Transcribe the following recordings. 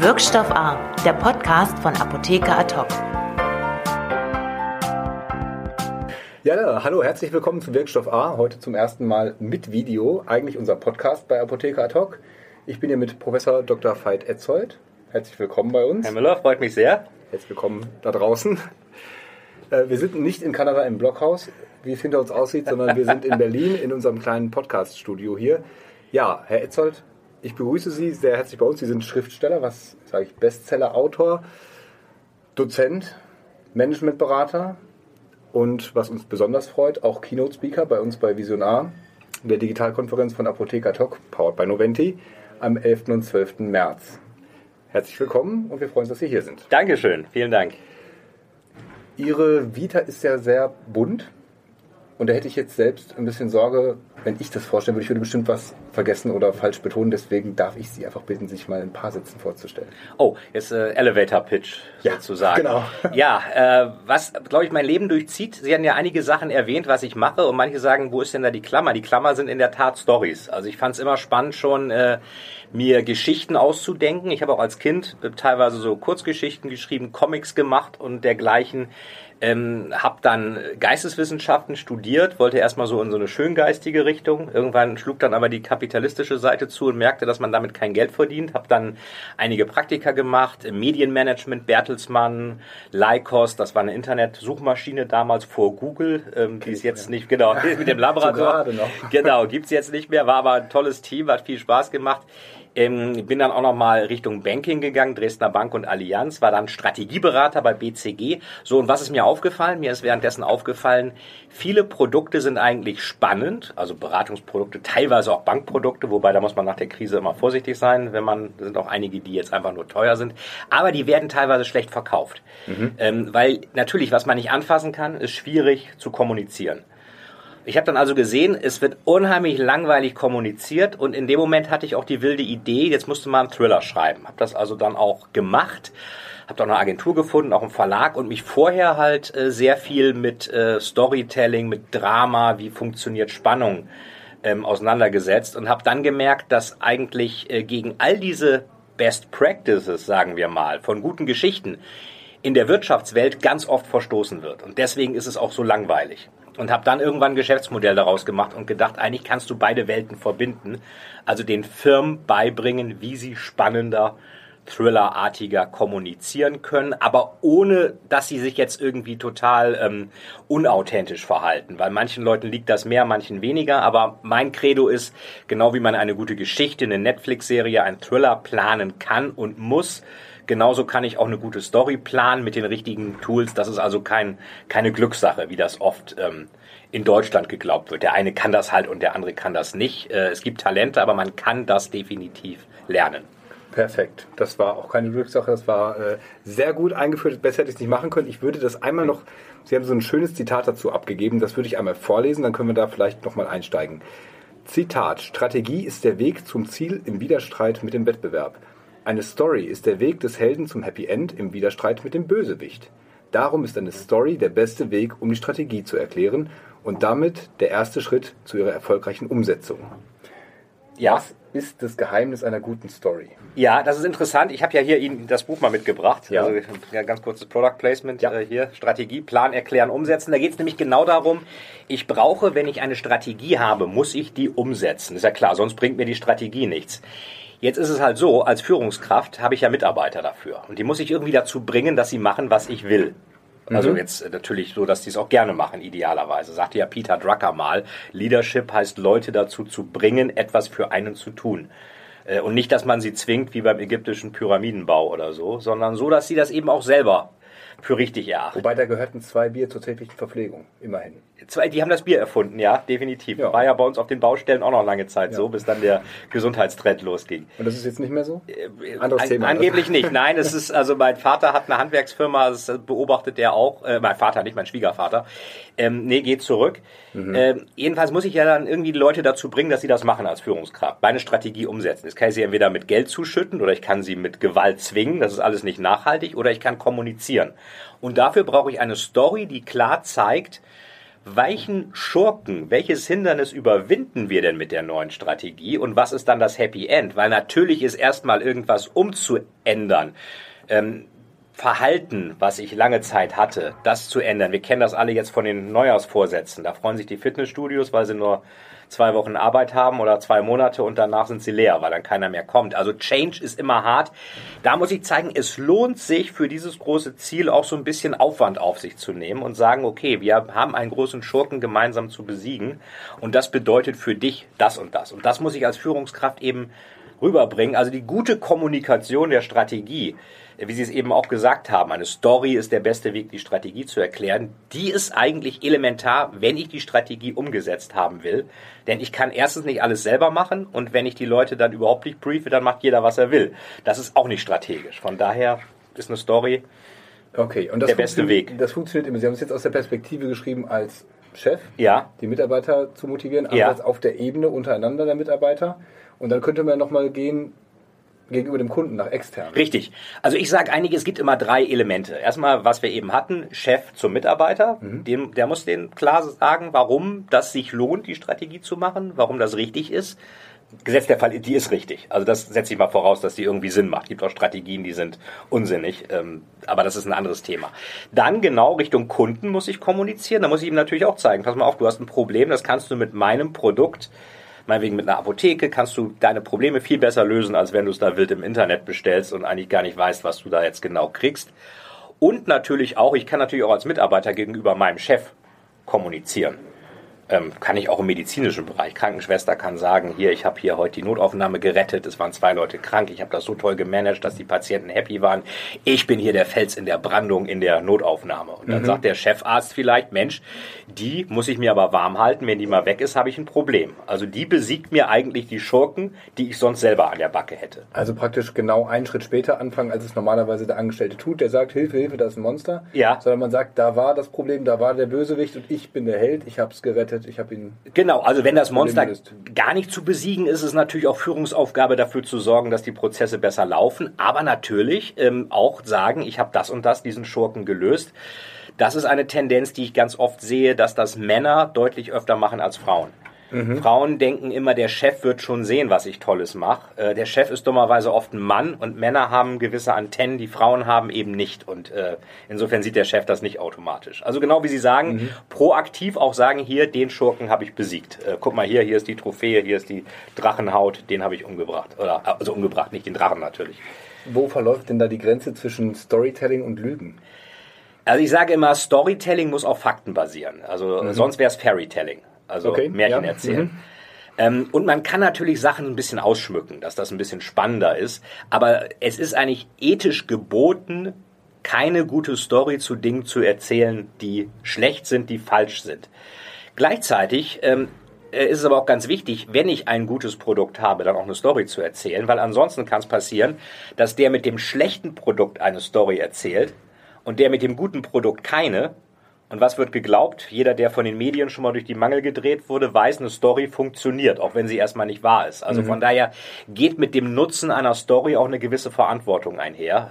Wirkstoff A, der Podcast von Apotheker Ad-Hoc. Ja, hallo, herzlich willkommen zu Wirkstoff A. Heute zum ersten Mal mit Video, eigentlich unser Podcast bei Apotheker Ad-Hoc. Ich bin hier mit Professor Dr. Veit Etzold. Herzlich willkommen bei uns. Herr Müller, freut mich sehr. Herzlich willkommen da draußen. Wir sind nicht in Kanada im Blockhaus, wie es hinter uns aussieht, sondern wir sind in Berlin in unserem kleinen Podcast-Studio hier. Ja, Herr Etzold, ich begrüße Sie sehr herzlich bei uns. Sie sind Schriftsteller, was sage ich, Bestseller-Autor, Dozent, Managementberater und, was uns besonders freut, auch Keynote-Speaker bei uns bei Visionar, der Digitalkonferenz von Apotheker Ad-Hoc, powered by Noventi, am 11. und 12. März. Herzlich willkommen und wir freuen uns, dass Sie hier sind. Dankeschön, vielen Dank. Ihre Vita ist ja sehr bunt und da hätte ich jetzt selbst ein bisschen Sorge, wenn ich das vorstellen würde, ich würde bestimmt was vergessen oder falsch betonen, deswegen darf ich Sie einfach bitten, sich mal in ein paar Sätzen vorzustellen. Oh, jetzt Elevator Pitch sozusagen. Genau. Ja, was, glaube ich, mein Leben durchzieht, Sie haben ja einige Sachen erwähnt, was ich mache und manche sagen, wo ist denn da die Klammer? Die Klammer sind in der Tat Stories. Also ich fand es immer spannend schon, mir Geschichten auszudenken. Ich habe auch als Kind teilweise so Kurzgeschichten geschrieben, Comics gemacht und dergleichen. Habe dann Geisteswissenschaften studiert, wollte erstmal so in so eine schöngeistige Richtung. Irgendwann schlug dann aber die kapitalistische Seite zu und merkte, dass man damit kein Geld verdient. Habe dann einige Praktika gemacht, Medienmanagement, Bertelsmann, Lycos, das war eine Internetsuchmaschine damals vor Google, die ist jetzt nicht, genau, mit dem Laborator. Genau, gibt's jetzt nicht mehr, war aber ein tolles Team, hat viel Spaß gemacht. Bin dann auch nochmal Richtung Banking gegangen, Dresdner Bank und Allianz, war dann Strategieberater bei BCG. So, und was ist mir aufgefallen? Mir ist währenddessen aufgefallen, viele Produkte sind eigentlich spannend, also Beratungsprodukte, teilweise auch Bankprodukte, wobei da muss man nach der Krise immer vorsichtig sein, da sind auch einige, die jetzt einfach nur teuer sind, aber die werden teilweise schlecht verkauft. Weil natürlich, was man nicht anfassen kann, ist schwierig zu kommunizieren. Ich habe dann also gesehen, es wird unheimlich langweilig kommuniziert und in dem Moment hatte ich auch die wilde Idee, jetzt musste man einen Thriller schreiben. Habe das also dann auch gemacht, habe dann eine Agentur gefunden, auch einen Verlag und mich vorher halt sehr viel mit Storytelling, mit Drama, wie funktioniert Spannung auseinandergesetzt und habe dann gemerkt, dass eigentlich gegen all diese Best Practices, sagen wir mal, von guten Geschichten in der Wirtschaftswelt ganz oft verstoßen wird und deswegen ist es auch so langweilig. Und habe dann irgendwann ein Geschäftsmodell daraus gemacht und gedacht, eigentlich kannst du beide Welten verbinden. Also den Firmen beibringen, wie sie spannender, thrillerartiger kommunizieren können, aber ohne, dass sie sich jetzt irgendwie total unauthentisch verhalten. Weil manchen Leuten liegt das mehr, manchen weniger. Aber mein Credo ist, genau wie man eine gute Geschichte, eine Netflix-Serie, einen Thriller planen kann und muss, genauso kann ich auch eine gute Story planen mit den richtigen Tools. Das ist also keine Glückssache, wie das oft in Deutschland geglaubt wird. Der eine kann das halt und der andere kann das nicht. Es gibt Talente, aber man kann das definitiv lernen. Perfekt. Das war auch keine Glückssache. Das war sehr gut eingeführt. Besser hätte ich es nicht machen können. Ich würde das einmal noch, Sie haben so ein schönes Zitat dazu abgegeben. Das würde ich einmal vorlesen, dann können wir da vielleicht nochmal einsteigen. Zitat: Strategie ist der Weg zum Ziel im Widerstreit mit dem Wettbewerb. Eine Story ist der Weg des Helden zum Happy End im Widerstreit mit dem Bösewicht. Darum ist eine Story der beste Weg, um die Strategie zu erklären und damit der erste Schritt zu ihrer erfolgreichen Umsetzung. Ja. Was ist das Geheimnis einer guten Story? Ja, das ist interessant. Ich habe ja hier Ihnen das Buch mal mitgebracht. Ja. Also ganz kurzes Product Placement Ja. hier. Strategie, Plan, Erklären, Umsetzen. Da geht es nämlich genau darum, ich brauche, wenn ich eine Strategie habe, muss ich die umsetzen. Ist ja klar, sonst bringt mir die Strategie nichts. Jetzt ist es halt so, als Führungskraft habe ich ja Mitarbeiter dafür. Und die muss ich irgendwie dazu bringen, dass sie machen, was ich will. Also jetzt natürlich so, dass die es auch gerne machen, idealerweise. Sagte ja Peter Drucker mal, Leadership heißt, Leute dazu zu bringen, etwas für einen zu tun. Und nicht, dass man sie zwingt, wie beim ägyptischen Pyramidenbau oder so, sondern so, dass sie das eben auch selber für richtig erachten. Wobei da gehörten 2 Bier zur täglichen Verpflegung, immerhin. Die haben das Bier erfunden, ja, definitiv. Ja. War ja bei uns auf den Baustellen auch noch lange Zeit Ja. so, bis dann der Gesundheitstrend losging. Und das ist jetzt nicht mehr so? Anderes Thema. Angeblich nicht. Nein, es ist, also mein Vater hat eine Handwerksfirma, das beobachtet er auch. Mein Vater, nicht mein Schwiegervater. Geht zurück. Jedenfalls muss ich ja dann irgendwie die Leute dazu bringen, dass sie das machen als Führungskraft. Meine Strategie umsetzen. Das kann ich sie entweder mit Geld zuschütten oder ich kann sie mit Gewalt zwingen. Das ist alles nicht nachhaltig. Oder ich kann kommunizieren. Und dafür brauche ich eine Story, die klar zeigt, welchen Schurken, welches Hindernis überwinden wir denn mit der neuen Strategie und was ist dann das Happy End? Weil natürlich ist erstmal irgendwas umzuändern. Verhalten, was ich lange Zeit hatte, das zu ändern. Wir kennen das alle jetzt von den Neujahrsvorsätzen. Da freuen sich die Fitnessstudios, weil sie nur 2 Wochen Arbeit haben oder 2 Monate und danach sind sie leer, weil dann keiner mehr kommt. Also Change ist immer hart. Da muss ich zeigen, es lohnt sich für dieses große Ziel auch so ein bisschen Aufwand auf sich zu nehmen und sagen, okay, wir haben einen großen Schurken gemeinsam zu besiegen und das bedeutet für dich das und das. Und das muss ich als Führungskraft eben rüberbringen. Also die gute Kommunikation der Strategie, wie Sie es eben auch gesagt haben, eine Story ist der beste Weg, die Strategie zu erklären. Die ist eigentlich elementar, wenn ich die Strategie umgesetzt haben will. Denn ich kann erstens nicht alles selber machen und wenn ich die Leute dann überhaupt nicht briefe, dann macht jeder, was er will. Das ist auch nicht strategisch. Von daher ist eine Story und der beste Weg. Das funktioniert immer. Sie haben es jetzt aus der Perspektive geschrieben als Chef, ja, die Mitarbeiter zu motivieren, aber jetzt auf der Ebene untereinander der Mitarbeiter. Und dann könnte man nochmal gehen gegenüber dem Kunden nach extern. Richtig. Also ich sage eigentlich, es gibt immer 3 Elemente. Erstmal, was wir eben hatten, Chef zum Mitarbeiter. Der muss denen klar sagen, warum das sich lohnt, die Strategie zu machen, warum das richtig ist. Gesetzt der Fall, die ist richtig. Also das setze ich mal voraus, dass die irgendwie Sinn macht. Es gibt auch Strategien, die sind unsinnig. Aber das ist ein anderes Thema. Dann genau Richtung Kunden muss ich kommunizieren. Da muss ich ihm natürlich auch zeigen, pass mal auf, du hast ein Problem, das kannst du mit meinem Produkt, meinetwegen mit einer Apotheke, kannst du deine Probleme viel besser lösen, als wenn du es da wild im Internet bestellst und eigentlich gar nicht weißt, was du da jetzt genau kriegst. Und natürlich auch, ich kann natürlich auch als Mitarbeiter gegenüber meinem Chef kommunizieren. Kann ich auch im medizinischen Bereich. Krankenschwester kann sagen, hier, ich habe hier heute die Notaufnahme gerettet, es waren 2 Leute krank, ich habe das so toll gemanagt, dass die Patienten happy waren. Ich bin hier der Fels in der Brandung in der Notaufnahme. Und dann sagt der Chefarzt vielleicht, Mensch, die muss ich mir aber warm halten, wenn die mal weg ist, habe ich ein Problem. Also die besiegt mir eigentlich die Schurken, die ich sonst selber an der Backe hätte. Also praktisch genau einen Schritt später anfangen, als es normalerweise der Angestellte tut, der sagt, Hilfe, Hilfe, das ist ein Monster. Ja. Sondern man sagt, da war das Problem, da war der Bösewicht und ich bin der Held, ich habe es gerettet. Ich habe ihn. Genau, also wenn das Monster gar nicht zu besiegen ist, ist es natürlich auch Führungsaufgabe dafür zu sorgen, dass die Prozesse besser laufen, aber natürlich auch sagen, ich habe das und das, diesen Schurken gelöst. Das ist eine Tendenz, die ich ganz oft sehe, dass das Männer deutlich öfter machen als Frauen. Frauen denken immer, der Chef wird schon sehen, was ich Tolles mache. Der Chef ist dummerweise oft ein Mann und Männer haben gewisse Antennen, die Frauen haben eben nicht. Und insofern sieht der Chef das nicht automatisch. Also genau wie Sie sagen, proaktiv auch sagen, hier, den Schurken habe ich besiegt. Guck mal hier ist die Trophäe, hier ist die Drachenhaut, den habe ich umgebracht. Also umgebracht, nicht den Drachen natürlich. Wo verläuft denn da die Grenze zwischen Storytelling und Lügen? Also ich sage immer, Storytelling muss auf Fakten basieren. Also sonst wäre es Fairytelling. Also Märchen erzählen. Und man kann natürlich Sachen ein bisschen ausschmücken, dass das ein bisschen spannender ist. Aber es ist eigentlich ethisch geboten, keine gute Story zu Dingen zu erzählen, die schlecht sind, die falsch sind. Gleichzeitig ist es aber auch ganz wichtig, wenn ich ein gutes Produkt habe, dann auch eine Story zu erzählen. Weil ansonsten kann es passieren, dass der mit dem schlechten Produkt eine Story erzählt und der mit dem guten Produkt keine. Und was wird geglaubt? Jeder, der von den Medien schon mal durch die Mangel gedreht wurde, weiß, eine Story funktioniert, auch wenn sie erstmal nicht wahr ist. Also von daher geht mit dem Nutzen einer Story auch eine gewisse Verantwortung einher.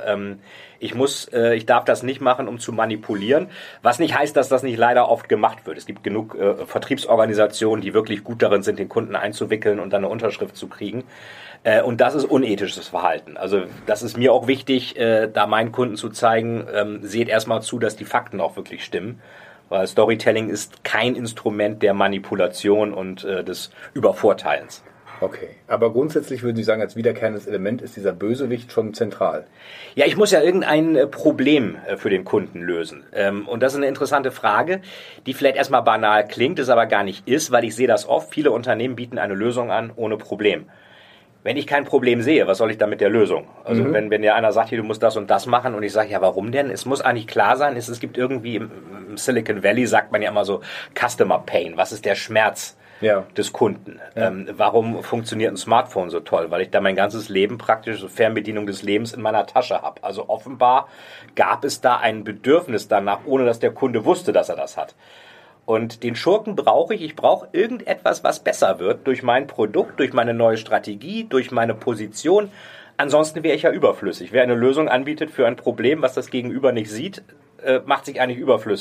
Ich darf das nicht machen, um zu manipulieren, was nicht heißt, dass das nicht leider oft gemacht wird. Es gibt genug Vertriebsorganisationen, die wirklich gut darin sind, den Kunden einzuwickeln und dann eine Unterschrift zu kriegen. Und das ist unethisches Verhalten. Also das ist mir auch wichtig, da meinen Kunden zu zeigen, seht erstmal zu, dass die Fakten auch wirklich stimmen. Weil Storytelling ist kein Instrument der Manipulation und des Übervorteilens. Okay, aber grundsätzlich würden Sie sagen, als wiederkehrendes Element ist dieser Bösewicht schon zentral. Ja, ich muss ja irgendein Problem für den Kunden lösen. Und das ist eine interessante Frage, die vielleicht erstmal banal klingt, es aber gar nicht ist, weil ich sehe das oft. Viele Unternehmen bieten eine Lösung an ohne Problem. Wenn ich kein Problem sehe, was soll ich dann mit der Lösung? Also wenn dir einer sagt, hier, du musst das und das machen und ich sage, ja, warum denn? Es muss eigentlich klar sein, es gibt irgendwie im Silicon Valley, sagt man ja immer so, Customer Pain. Was ist der Schmerz des Kunden? Ja. Warum funktioniert ein Smartphone so toll? Weil ich da mein ganzes Leben praktisch, so Fernbedienung des Lebens in meiner Tasche habe. Also offenbar gab es da ein Bedürfnis danach, ohne dass der Kunde wusste, dass er das hat. Und den Schurken brauche ich. Ich brauche irgendetwas, was besser wird durch mein Produkt, durch meine neue Strategie, durch meine Position. Ansonsten wäre ich ja überflüssig. Wer eine Lösung anbietet für ein Problem, was das Gegenüber nicht sieht, macht sich eigentlich überflüssig.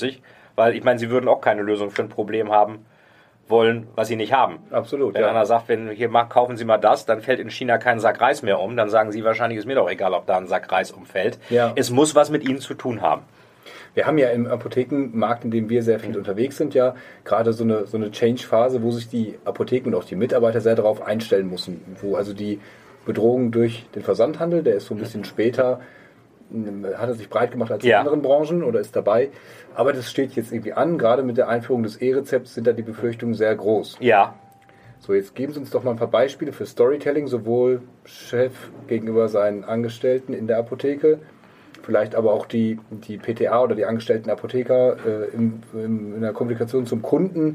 Weil ich meine, sie würden auch keine Lösung für ein Problem haben wollen, was sie nicht haben. Absolut. Wenn einer sagt, kaufen Sie mal das, dann fällt in China kein Sack Reis mehr um, dann sagen Sie wahrscheinlich, ist mir doch egal, ob da ein Sack Reis umfällt. Ja. Es muss was mit Ihnen zu tun haben. Wir haben ja im Apothekenmarkt, in dem wir sehr viel unterwegs sind, ja gerade so eine Change-Phase, wo sich die Apotheken und auch die Mitarbeiter sehr darauf einstellen müssen, wo also die Bedrohung durch den Versandhandel, der ist so ein bisschen später, hat er sich breit gemacht als in anderen Branchen oder ist dabei. Aber das steht jetzt irgendwie an. Gerade mit der Einführung des E-Rezepts sind da die Befürchtungen sehr groß. Ja. So, jetzt geben Sie uns doch mal ein paar Beispiele für Storytelling, sowohl Chef gegenüber seinen Angestellten in der Apotheke, vielleicht aber auch die PTA oder die angestellten Apotheker in der Kommunikation zum Kunden.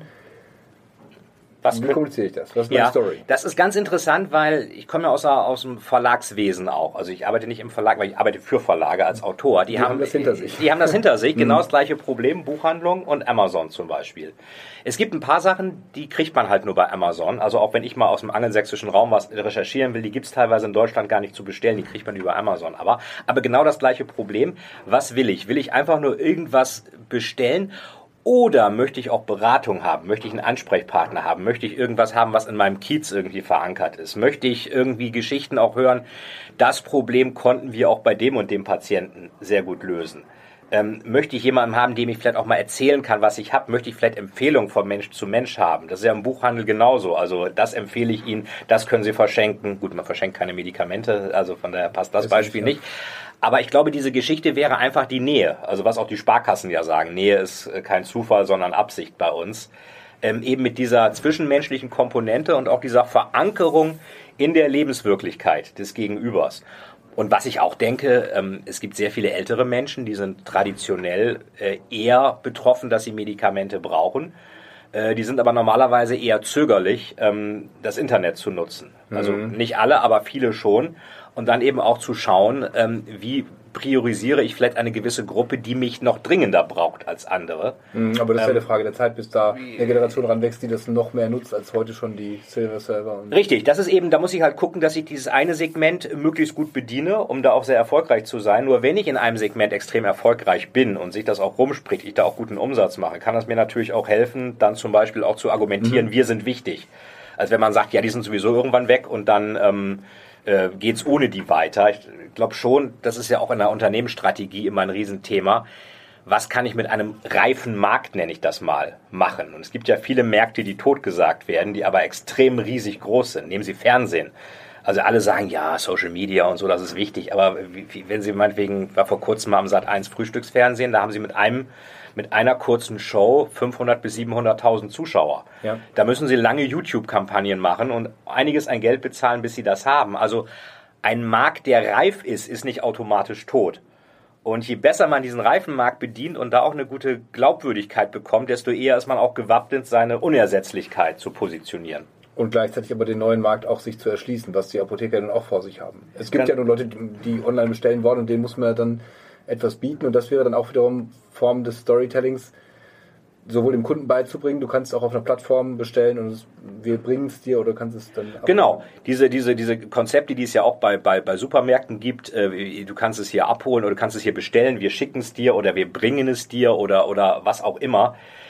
Wie kommuniziere ich das? Was ist meine Story? Das ist ganz interessant, weil ich komme ja aus dem Verlagswesen auch. Also ich arbeite nicht im Verlag, weil ich arbeite für Verlage als Autor. Die haben das hinter sich. Die haben das hinter sich. Genau das gleiche Problem, Buchhandlung und Amazon zum Beispiel. Es gibt ein paar Sachen, die kriegt man halt nur bei Amazon. Also auch wenn ich mal aus dem angelsächsischen Raum was recherchieren will, die gibt es teilweise in Deutschland gar nicht zu bestellen. Die kriegt man über Amazon. Aber genau das gleiche Problem. Was will ich? Will ich einfach nur irgendwas bestellen? Oder möchte ich auch Beratung haben? Möchte ich einen Ansprechpartner haben? Möchte ich irgendwas haben, was in meinem Kiez irgendwie verankert ist? Möchte ich irgendwie Geschichten auch hören? Das Problem konnten wir auch bei dem und dem Patienten sehr gut lösen. Möchte ich jemanden haben, dem ich vielleicht auch mal erzählen kann, was ich habe? Möchte ich vielleicht Empfehlungen von Mensch zu Mensch haben? Das ist ja im Buchhandel genauso. Also das empfehle ich Ihnen, das können Sie verschenken. Gut, man verschenkt keine Medikamente, also von daher passt das Beispiel nicht. Aber ich glaube, diese Geschichte wäre einfach die Nähe. Also was auch die Sparkassen ja sagen. Nähe ist kein Zufall, sondern Absicht bei uns. Eben mit dieser zwischenmenschlichen Komponente und auch dieser Verankerung in der Lebenswirklichkeit des Gegenübers. Und was ich auch denke, es gibt sehr viele ältere Menschen, die sind traditionell eher betroffen, dass sie Medikamente brauchen. Die sind aber normalerweise eher zögerlich, das Internet zu nutzen. Also nicht alle, aber viele schon. Und dann eben auch zu schauen, wie priorisiere ich vielleicht eine gewisse Gruppe, die mich noch dringender braucht als andere. Aber das ist ja eine Frage der Zeit, bis da eine Generation ranwächst, die das noch mehr nutzt als heute schon die Silver-Server. Richtig, das ist eben, da muss ich halt gucken, dass ich dieses eine Segment möglichst gut bediene, um da auch sehr erfolgreich zu sein. Nur wenn ich in einem Segment extrem erfolgreich bin und sich das auch rumspricht, ich da auch guten Umsatz mache, kann das mir natürlich auch helfen, dann zum Beispiel auch zu argumentieren, wir sind wichtig. Also wenn man sagt, ja, die sind sowieso irgendwann weg und dann geht's ohne die weiter. Ich glaube schon, das ist ja auch in der Unternehmensstrategie immer ein Riesenthema. Was kann ich mit einem reifen Markt, nenne ich das mal, machen? Und es gibt ja viele Märkte, die totgesagt werden, die aber extrem riesig groß sind. Nehmen Sie Fernsehen. Also alle sagen, ja, Social Media und so, das ist wichtig. Aber wenn Sie meinetwegen, war vor kurzem mal am Sat.1 Frühstücksfernsehen, da haben Sie mit einer kurzen Show 500 bis 700.000 Zuschauer. Ja. Da müssen Sie lange YouTube-Kampagnen machen und einiges an Geld bezahlen, bis Sie das haben. Also ein Markt, der reif ist, ist nicht automatisch tot. Und je besser man diesen reifen Markt bedient und da auch eine gute Glaubwürdigkeit bekommt, desto eher ist man auch gewappnet, seine Unersetzlichkeit zu positionieren. Und gleichzeitig aber den neuen Markt auch sich zu erschließen, was die Apotheker dann auch vor sich haben. Es gibt ja nur Leute, die online bestellen wollen und denen muss man dann etwas bieten und das wäre dann auch wiederum Form des Storytellings, sowohl dem Kunden beizubringen, du kannst auch auf einer Plattform bestellen und wir bringen es dir oder kannst es dann... Genau, diese Konzepte, die es ja auch bei Supermärkten gibt, du kannst es hier abholen oder du kannst es hier bestellen, wir schicken es dir oder wir bringen es dir oder was auch immer.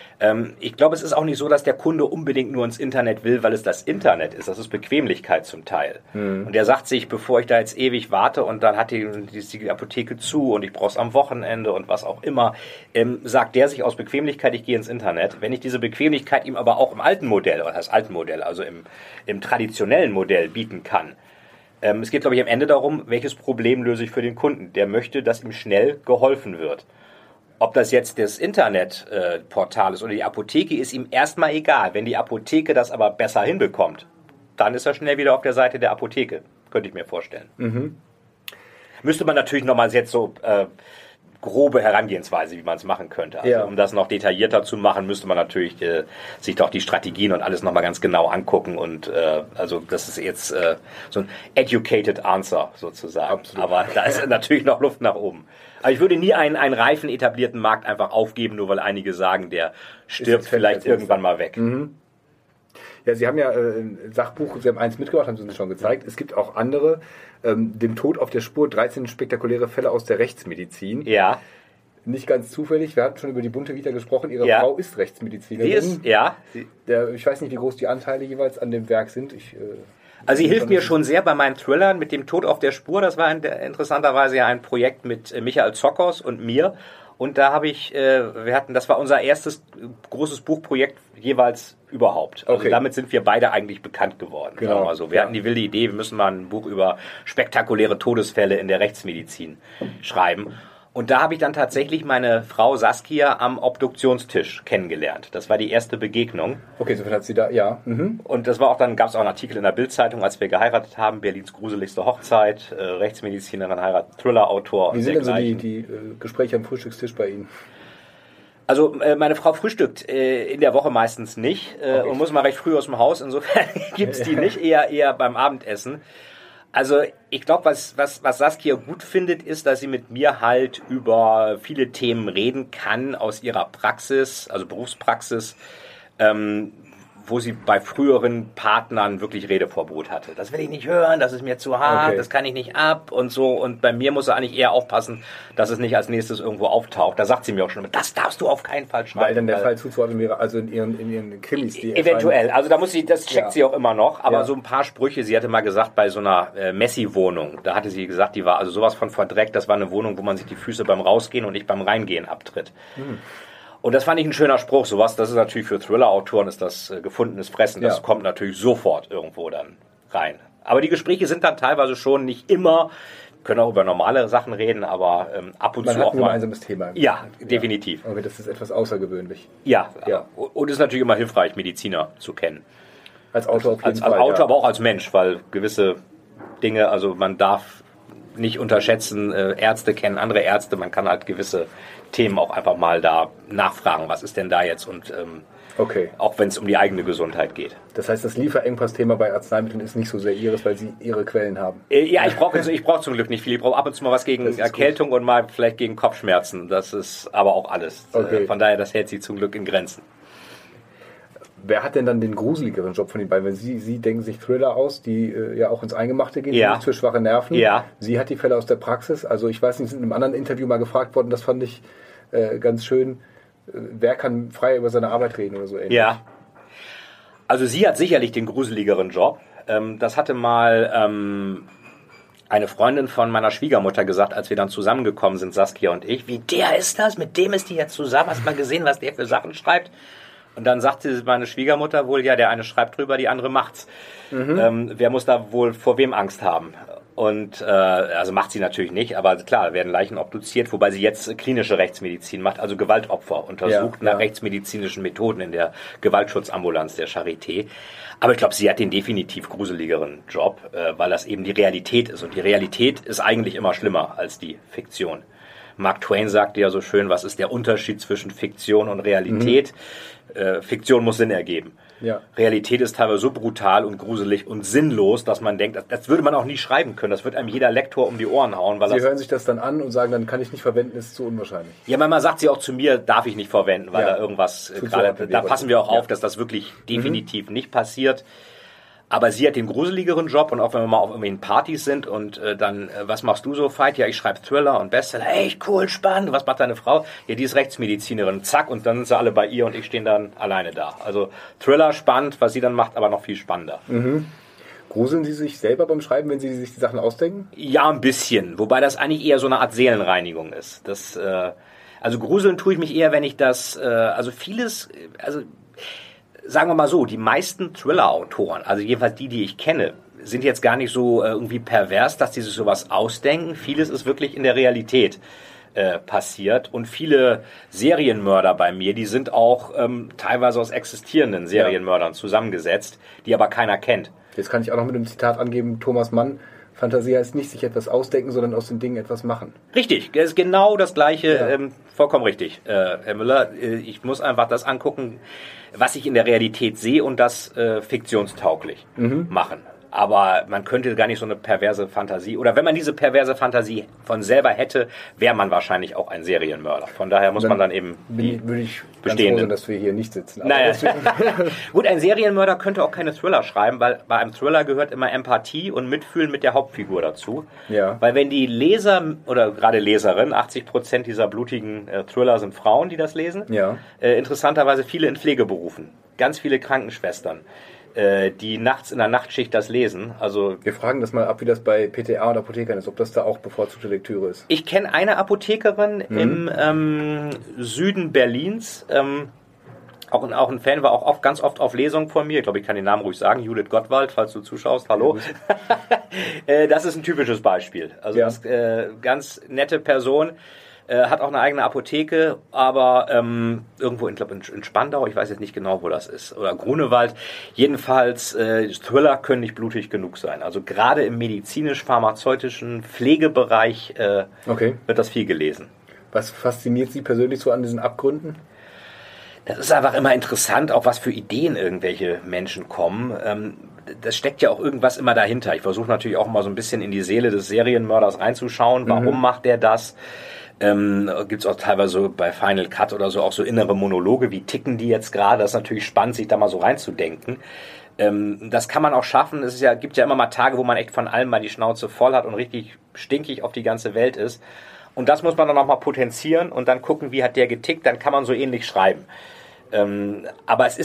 Ich glaube, es ist auch nicht so, dass der Kunde unbedingt nur ins Internet will, weil es das Internet ist. Das ist Bequemlichkeit zum Teil. Und der sagt sich, bevor ich da jetzt ewig warte und dann hat die Apotheke zu und ich brauche es am Wochenende und was auch immer, sagt der sich aus Bequemlichkeit, ich gehe ins Internet. Wenn ich diese Bequemlichkeit ihm aber auch im alten Modell, oder das alten Modell, also im traditionellen Modell bieten kann, es geht, glaube ich, am Ende darum, welches Problem löse ich für den Kunden. Der möchte, dass ihm schnell geholfen wird. Ob das jetzt das Internetportal ist oder die Apotheke, ist ihm erstmal egal. Wenn die Apotheke das aber besser hinbekommt, dann ist er schnell wieder auf der Seite der Apotheke. Könnte ich mir vorstellen. Müsste man natürlich nochmal jetzt so grobe Herangehensweise, wie man es machen könnte. Also, um das noch detaillierter zu machen, müsste man natürlich sich doch die Strategien und alles nochmal ganz genau angucken. Und also das ist jetzt so ein educated answer sozusagen. Absolut. Aber da ist natürlich noch Luft nach oben. Aber ich würde nie einen reifen, etablierten Markt einfach aufgeben, nur weil einige sagen, der stirbt vielleicht irgendwann mal weg. Ja, Sie haben ja ein Sachbuch, Sie haben eins mitgebracht, haben Sie uns schon gezeigt. Es gibt auch andere. Dem Tod auf der Spur, 13 spektakuläre Fälle aus der Rechtsmedizin. Ja. nicht ganz zufällig. Wir hatten schon über die bunte Vita gesprochen. Ihre Ja. Frau ist Rechtsmedizinerin. Sie ist, ja. Ich weiß nicht, wie groß die Anteile jeweils an dem Werk sind. Also sie hilft mir schon sehr bei meinen Thrillern mit dem Tod auf der Spur. Das war interessanterweise ja ein Projekt mit Michael Zockers und mir. Und da habe ich, das war unser erstes großes Buchprojekt jeweils überhaupt. Also Okay. damit sind wir beide eigentlich bekannt geworden. Genau. Sagen wir mal so. Wir hatten die wilde Idee, wir müssen mal ein Buch über spektakuläre Todesfälle in der Rechtsmedizin schreiben. Und da habe ich dann tatsächlich meine Frau Saskia am Obduktionstisch kennengelernt. Das war die erste Begegnung. Okay, so viel hat sie da, ja. Mhm. Und das war auch, dann gab es auch einen Artikel in der Bild-Zeitung, als wir geheiratet haben, Berlins gruseligste Hochzeit, Rechtsmedizinerin heiratet, Thriller-Autor Wie und sind denn so dergleichen. die Gespräche am Frühstückstisch bei Ihnen? Also meine Frau frühstückt in der Woche meistens nicht und muss mal recht früh aus dem Haus, insofern gibt's die nicht, eher beim Abendessen. Also ich glaube, was Saskia gut findet, ist, dass sie mit mir halt über viele Themen reden kann aus ihrer Praxis, also Berufspraxis, wo sie bei früheren Partnern wirklich Redeverbot hatte. Das will ich nicht hören, das ist mir zu hart, Okay. das kann ich nicht ab und so. Und bei mir muss sie eigentlich eher aufpassen, dass es nicht als nächstes irgendwo auftaucht. Da sagt sie mir auch schon, das darfst du auf keinen Fall schreiben. Weil dann der Fall zuzuordnen wäre, also in ihren Krimis, die Eventuell, also da muss sie, das checkt Ja. sie auch immer noch, aber Ja. so ein paar Sprüche, sie hatte mal gesagt, bei so einer Messi-Wohnung, da hatte sie gesagt, die war also sowas von verdreckt, das war eine Wohnung, wo man sich die Füße beim Rausgehen und nicht beim Reingehen abtritt. Und das fand ich ein schöner Spruch, sowas, das ist natürlich für Thriller-Autoren ist das gefundenes Fressen, das Ja. kommt natürlich sofort irgendwo dann rein. Aber die Gespräche sind dann teilweise schon nicht immer, können auch über normale Sachen reden, aber ab und Man zu hat auch ein mal. gemeinsames Thema. Ja, definitiv. Okay, das ist etwas außergewöhnlich. Ja. Ja. Und es ist natürlich immer hilfreich, Mediziner zu kennen. Als Autor auf jeden Als Fall. Autor, ja. aber auch als Mensch, weil gewisse Dinge, also man darf nicht unterschätzen, Ärzte kennen andere Ärzte, man kann halt gewisse Themen auch einfach mal da nachfragen, was ist denn da jetzt und Okay, auch wenn es um die eigene Gesundheit geht. das heißt, das Lieferengpass-Thema bei Arzneimitteln ist nicht so sehr Ihres, weil Sie Ihre Quellen haben. Ja, ich brauch zum Glück nicht viel. Ich brauche ab und zu mal was gegen Das ist Erkältung und mal vielleicht gegen Kopfschmerzen. Das ist aber auch alles. Okay. Von daher, das hält sich zum Glück in Grenzen. Wer hat denn dann den gruseligeren Job von den beiden? Wenn Sie denken sich Thriller aus, die ja auch ins Eingemachte gehen, Ja. nicht für schwache Nerven. Ja. Sie hat die Fälle aus der Praxis. Also ich weiß nicht, Sie sind in einem anderen Interview mal gefragt worden, das fand ich ganz schön. Wer kann frei über seine Arbeit reden oder so ähnlich? Ja. Also sie hat sicherlich den gruseligeren Job. Das hatte mal eine Freundin von meiner Schwiegermutter gesagt, als wir dann zusammengekommen sind, Saskia und ich. Wie, der ist das? Mit dem ist die jetzt zusammen? Hast du mal gesehen, was der für Sachen schreibt? Und dann sagte meine Schwiegermutter wohl, ja, der eine schreibt drüber, die andere macht's. Wer muss da wohl vor wem Angst haben? Und also macht sie natürlich nicht, aber klar, werden Leichen obduziert, wobei sie jetzt klinische Rechtsmedizin macht, also Gewaltopfer untersucht nach rechtsmedizinischen Methoden in der Gewaltschutzambulanz der Charité. Aber ich glaube, sie hat den definitiv gruseligeren Job, weil das eben die Realität ist. Und die Realität ist eigentlich immer schlimmer als die Fiktion. Mark Twain sagte ja so schön, was ist der Unterschied zwischen Fiktion und Realität? Fiktion muss Sinn ergeben. Ja. Realität ist teilweise so brutal und gruselig und sinnlos, dass man denkt, das würde man auch nie schreiben können. Das wird einem jeder Lektor um die Ohren hauen. Weil Sie das, hören sich das dann an und sagen, dann kann ich nicht verwenden, ist zu unwahrscheinlich. ja, manchmal sagt sie auch zu mir, darf ich nicht verwenden, weil Ja. da irgendwas Zuzuordnen gerade, da wäre. passen wir auch Ja. auf, dass das wirklich definitiv nicht passiert. Aber sie hat den gruseligeren Job und auch wenn wir mal auf irgendwelchen Partys sind und dann, was machst du so, Veit? Ja, ich schreibe Thriller und Bestseller. Echt cool, spannend. Was macht deine Frau? Ja, die ist Rechtsmedizinerin. Zack, und dann sind sie alle bei ihr und ich stehe dann alleine da. Also Thriller spannend, was sie dann macht, aber noch viel spannender. Gruseln Sie sich selber beim Schreiben, wenn Sie sich die Sachen ausdenken? Ja, ein bisschen. Wobei das eigentlich eher so eine Art Seelenreinigung ist. Das, also gruseln tue ich mich eher, wenn ich das, also vieles, also sagen wir mal so, die meisten Thriller-Autoren, also jedenfalls die ich kenne, sind jetzt gar nicht so irgendwie pervers, dass die sich sowas ausdenken. Vieles ist wirklich in der Realität passiert. Und viele Serienmörder bei mir, die sind auch teilweise aus existierenden Serienmördern zusammengesetzt, die aber keiner kennt. Jetzt kann ich auch noch mit einem Zitat angeben, Thomas Mann, Fantasie heißt nicht sich etwas ausdenken, sondern aus den Dingen etwas machen. Richtig, das ist genau das Gleiche, Ja. vollkommen richtig, Herr Müller. Ich muss einfach das angucken, was ich in der Realität sehe und das fiktionstauglich machen. Aber man könnte gar nicht so eine perverse Fantasie, oder wenn man diese perverse Fantasie von selber hätte, wäre man wahrscheinlich auch ein Serienmörder. Von daher muss man dann eben würde ich bestehenden. Ganz froh sein, dass wir hier nicht sitzen. Aber naja. Gut, ein Serienmörder könnte auch keine Thriller schreiben, weil bei einem Thriller gehört immer Empathie und Mitfühlen mit der Hauptfigur dazu. Ja. Weil wenn die Leser, oder gerade Leserinnen, 80% dieser blutigen Thriller sind Frauen, die das lesen, ja. Interessanterweise viele in Pflegeberufen, ganz viele Krankenschwestern, die nachts in der Nachtschicht das lesen. Also wir fragen das mal ab, wie das bei PTA und Apothekern ist, ob das da auch bevorzugte Lektüre ist. Ich kenne eine Apothekerin im Süden Berlins, auch ein Fan, war auch ganz oft auf Lesungen von mir. Ich glaube, ich kann den Namen ruhig sagen. Judith Gottwald, falls du zuschaust. Hallo. Das ist ein typisches Beispiel. Also ja. das ganz nette Person. Hat auch eine eigene Apotheke, aber irgendwo, ich glaube in Spandau, ich weiß jetzt nicht genau, wo das ist, oder Grunewald. Jedenfalls, Thriller können nicht blutig genug sein. Also gerade im medizinisch-pharmazeutischen Pflegebereich wird das viel gelesen. Was fasziniert Sie persönlich so an diesen Abgründen? Das ist einfach immer interessant, auch was für Ideen irgendwelche Menschen kommen. Das steckt ja auch irgendwas immer dahinter. Ich versuche natürlich auch mal so ein bisschen in die Seele des Serienmörders reinzuschauen. Warum macht der das? Gibt es auch teilweise bei Final Cut oder so auch so innere Monologe, wie ticken die jetzt gerade? Das ist natürlich spannend, sich da mal so reinzudenken. Das kann man auch schaffen. Gibt ja immer mal Tage, wo man echt von allem mal die Schnauze voll hat und richtig stinkig auf die ganze Welt ist. Und das muss man dann auch mal potenzieren und dann gucken, wie hat der getickt, dann kann man so ähnlich schreiben. Aber es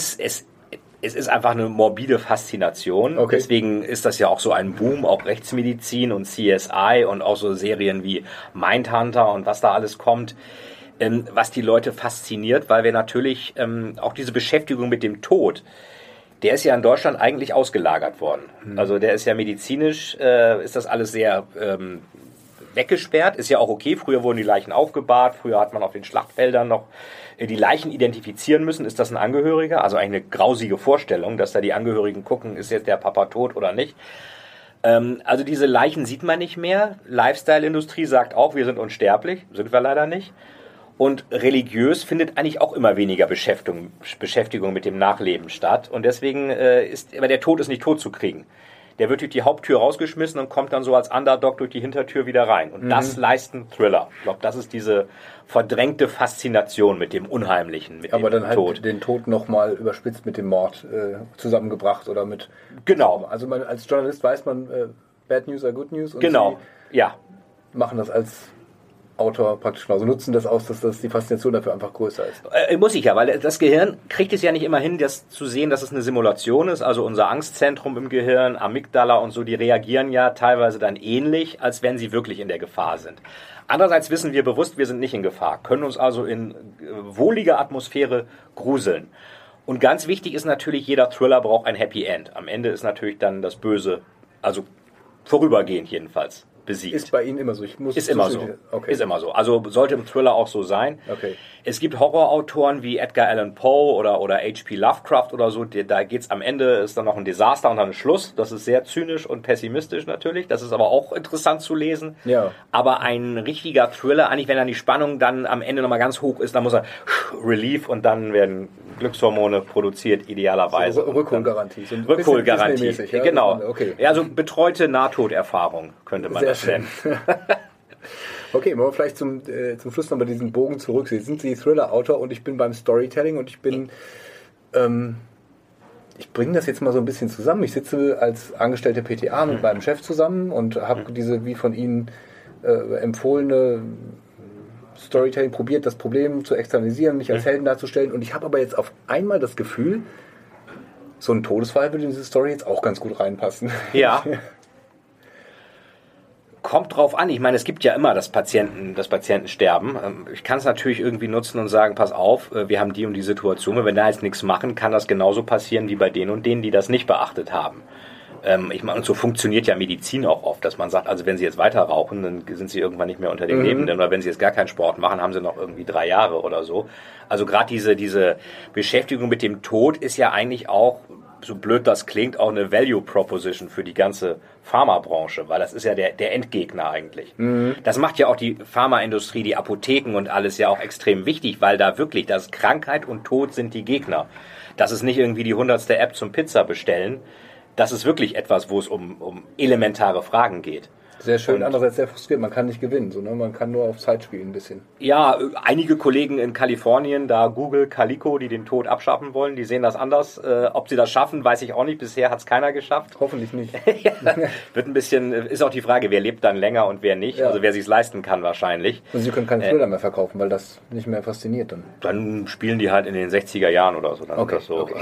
ist einfach eine morbide Faszination. Okay. Deswegen ist das ja auch so ein Boom, auch Rechtsmedizin und CSI und auch so Serien wie Mindhunter und was da alles kommt, was die Leute fasziniert, weil wir natürlich auch diese Beschäftigung mit dem Tod, der ist ja in Deutschland eigentlich ausgelagert worden. Also der ist ja medizinisch, ist das alles sehr weggesperrt, ist ja auch okay. Früher wurden die Leichen aufgebahrt, früher hat man auf den Schlachtfeldern noch die Leichen identifizieren müssen. Ist das ein Angehöriger? Also eigentlich eine grausige Vorstellung, dass da die Angehörigen gucken, ist jetzt der Papa tot oder nicht. Also diese Leichen sieht man nicht mehr. Lifestyle-Industrie sagt auch, wir sind unsterblich. Sind wir leider nicht. Und religiös findet eigentlich auch immer weniger Beschäftigung mit dem Nachleben statt. Und deswegen aber der Tod ist nicht tot zu kriegen. Der wird durch die Haupttür rausgeschmissen und kommt dann so als Underdog durch die Hintertür wieder rein. Und das leisten Thriller. Ich glaube, das ist diese verdrängte Faszination mit dem Unheimlichen, mit aber dem dann Tod. Halt den Tod nochmal überspitzt mit dem Mord zusammengebracht oder mit... Genau. Also als Journalist weiß man, Bad News are Good News. Und genau, ja. Machen das als Autor praktisch genauso, nutzen das aus, dass die Faszination dafür einfach größer ist. Muss ich ja, weil das Gehirn kriegt es ja nicht immer hin, das zu sehen, dass es eine Simulation ist. Also unser Angstzentrum im Gehirn, Amygdala und so, die reagieren ja teilweise dann ähnlich, als wenn sie wirklich in der Gefahr sind. Andererseits wissen wir bewusst, wir sind nicht in Gefahr, können uns also in wohliger Atmosphäre gruseln. Und ganz wichtig ist natürlich, jeder Thriller braucht ein Happy End. Am Ende ist natürlich dann das Böse, also vorübergehend jedenfalls, besiegt. Ist bei Ihnen immer so? Ist immer so. Okay. Ist immer so. Also sollte im Thriller auch so sein. Okay. Es gibt Horrorautoren wie Edgar Allan Poe oder H.P. Lovecraft oder so. Da geht's am Ende, ist dann noch ein Desaster und dann ein Schluss. Das ist sehr zynisch und pessimistisch natürlich. Das ist aber auch interessant zu lesen. Ja. Aber ein richtiger Thriller, eigentlich wenn dann die Spannung dann am Ende nochmal ganz hoch ist, dann muss er Relief und dann werden Glückshormone produziert, idealerweise. So Rückholgarantie. So Rückholgarantie, ja? Genau. Okay. Ja, also betreute Nahtoderfahrung könnte man das nennen. Okay, wollen wir vielleicht zum Schluss nochmal diesen Bogen zurück. Sie sind Thriller-Autor und ich bin beim Storytelling und ich bringe das jetzt mal so ein bisschen zusammen. Ich sitze als angestellter PTA mit meinem Chef zusammen und habe diese wie von Ihnen empfohlene Storytelling probiert, das Problem zu externalisieren, mich als Helden darzustellen. Und ich habe aber jetzt auf einmal das Gefühl, so ein Todesfall würde in diese Story jetzt auch ganz gut reinpassen. Ja. Kommt drauf an. Ich meine, es gibt ja immer das Patientensterben. Ich kann es natürlich irgendwie nutzen und sagen, pass auf, wir haben die und die Situation. Wenn wir da jetzt nichts machen, kann das genauso passieren wie bei denen und denen, die das nicht beachtet haben. Ich meine, und so funktioniert ja Medizin auch oft, dass man sagt, also wenn sie jetzt weiter rauchen, dann sind sie irgendwann nicht mehr unter den Lebenden. Oder wenn sie jetzt gar keinen Sport machen, haben sie noch irgendwie 3 Jahre oder so. Also gerade diese Beschäftigung mit dem Tod ist ja eigentlich auch, so blöd das klingt, auch eine Value Proposition für die ganze Pharmabranche, weil das ist ja der Endgegner eigentlich. Das macht ja auch die Pharmaindustrie, die Apotheken und alles ja auch extrem wichtig, weil da wirklich, das Krankheit und Tod sind die Gegner. Das ist nicht irgendwie die 100. App zum Pizza bestellen. das ist wirklich etwas, wo es um elementare Fragen geht. Sehr schön, und andererseits sehr frustrierend. Man kann nicht gewinnen, so, ne? Man kann nur auf Zeit spielen ein bisschen. Ja, einige Kollegen in Kalifornien, da Google, Calico, die den Tod abschaffen wollen, die sehen das anders. Ob sie das schaffen, weiß ich auch nicht. Bisher hat es keiner geschafft. Hoffentlich nicht. Ja, wird ein bisschen, ist auch die Frage, wer lebt dann länger und wer nicht. Ja. Also wer sich es leisten kann wahrscheinlich. Und sie können keine Thriller mehr verkaufen, weil das nicht mehr fasziniert dann. Dann spielen die halt in den 60er Jahren oder so. Dann okay, das so. Okay.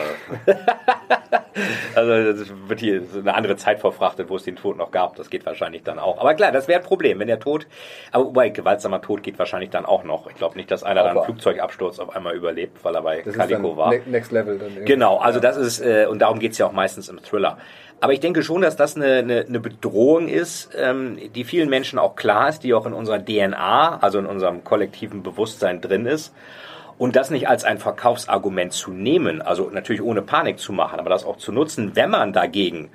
Also das wird hier so eine andere Zeit verfrachtet, wo es den Tod noch gab. Das geht wahrscheinlich dann auch. Aber klar, das wäre ein Problem, wenn der Tod, aber wobei gewaltsamer Tod geht wahrscheinlich dann auch noch. Ich glaube nicht, dass einer dann einen Flugzeugabsturz auf einmal überlebt, weil er bei Calico war. Next Level dann irgendwie. Genau, also das ist, und darum geht es ja auch meistens im Thriller. Aber ich denke schon, dass das eine Bedrohung ist, die vielen Menschen auch klar ist, die auch in unserer DNA, also in unserem kollektiven Bewusstsein drin ist. Und das nicht als ein Verkaufsargument zu nehmen, also natürlich ohne Panik zu machen, aber das auch zu nutzen, wenn man dagegen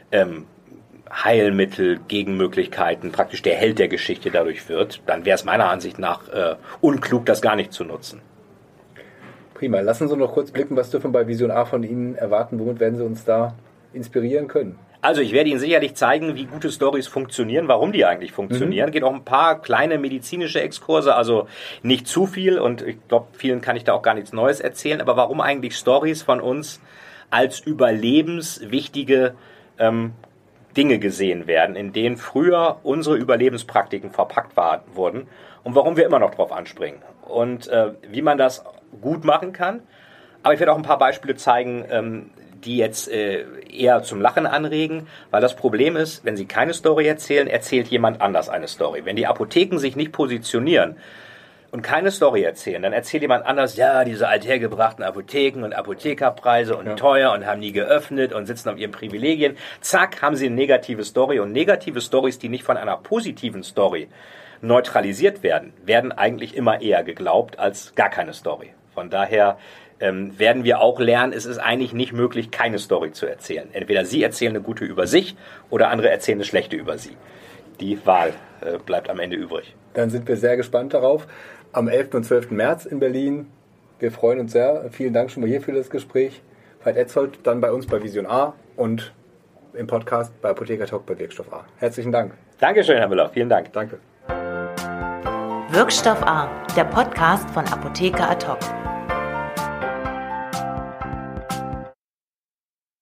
Heilmittel, Gegenmöglichkeiten, praktisch der Held der Geschichte dadurch wird, dann wäre es meiner Ansicht nach unklug, das gar nicht zu nutzen. Prima, lassen Sie noch kurz blicken, was dürfen wir bei Vision A von Ihnen erwarten, womit werden Sie uns da inspirieren können? Also ich werde Ihnen sicherlich zeigen, wie gute Storys funktionieren, warum die eigentlich funktionieren. Geht auch ein paar kleine medizinische Exkurse, also nicht zu viel und ich glaube, vielen kann ich da auch gar nichts Neues erzählen, aber warum eigentlich Storys von uns als überlebenswichtige Dinge gesehen werden, in denen früher unsere Überlebenspraktiken verpackt wurden und warum wir immer noch drauf anspringen und wie man das gut machen kann. Aber ich werde auch ein paar Beispiele zeigen, die jetzt eher zum Lachen anregen, weil das Problem ist, wenn Sie keine Story erzählen, erzählt jemand anders eine Story. Wenn die Apotheken sich nicht positionieren und keine Story erzählen, dann erzählt jemand anders, ja, diese althergebrachten Apotheken und Apothekerpreise und teuer und haben nie geöffnet und sitzen auf ihren Privilegien. Zack, haben Sie eine negative Story und negative Stories, die nicht von einer positiven Story neutralisiert werden, werden eigentlich immer eher geglaubt als gar keine Story. Von daher werden wir auch lernen, es ist eigentlich nicht möglich, keine Story zu erzählen. Entweder Sie erzählen eine gute über sich oder andere erzählen eine schlechte über Sie. Die Wahl bleibt am Ende übrig. Dann sind wir sehr gespannt darauf. Am 11. und 12. März in Berlin. Wir freuen uns sehr. Vielen Dank schon mal hier für das Gespräch. Veit Etzold, dann bei uns bei Vision A und im Podcast bei Apotheker Talk bei Wirkstoff A. Herzlichen Dank. Dankeschön, Herr Müller. Vielen Dank. Danke. Wirkstoff A, der Podcast von Apotheker Ad hoc.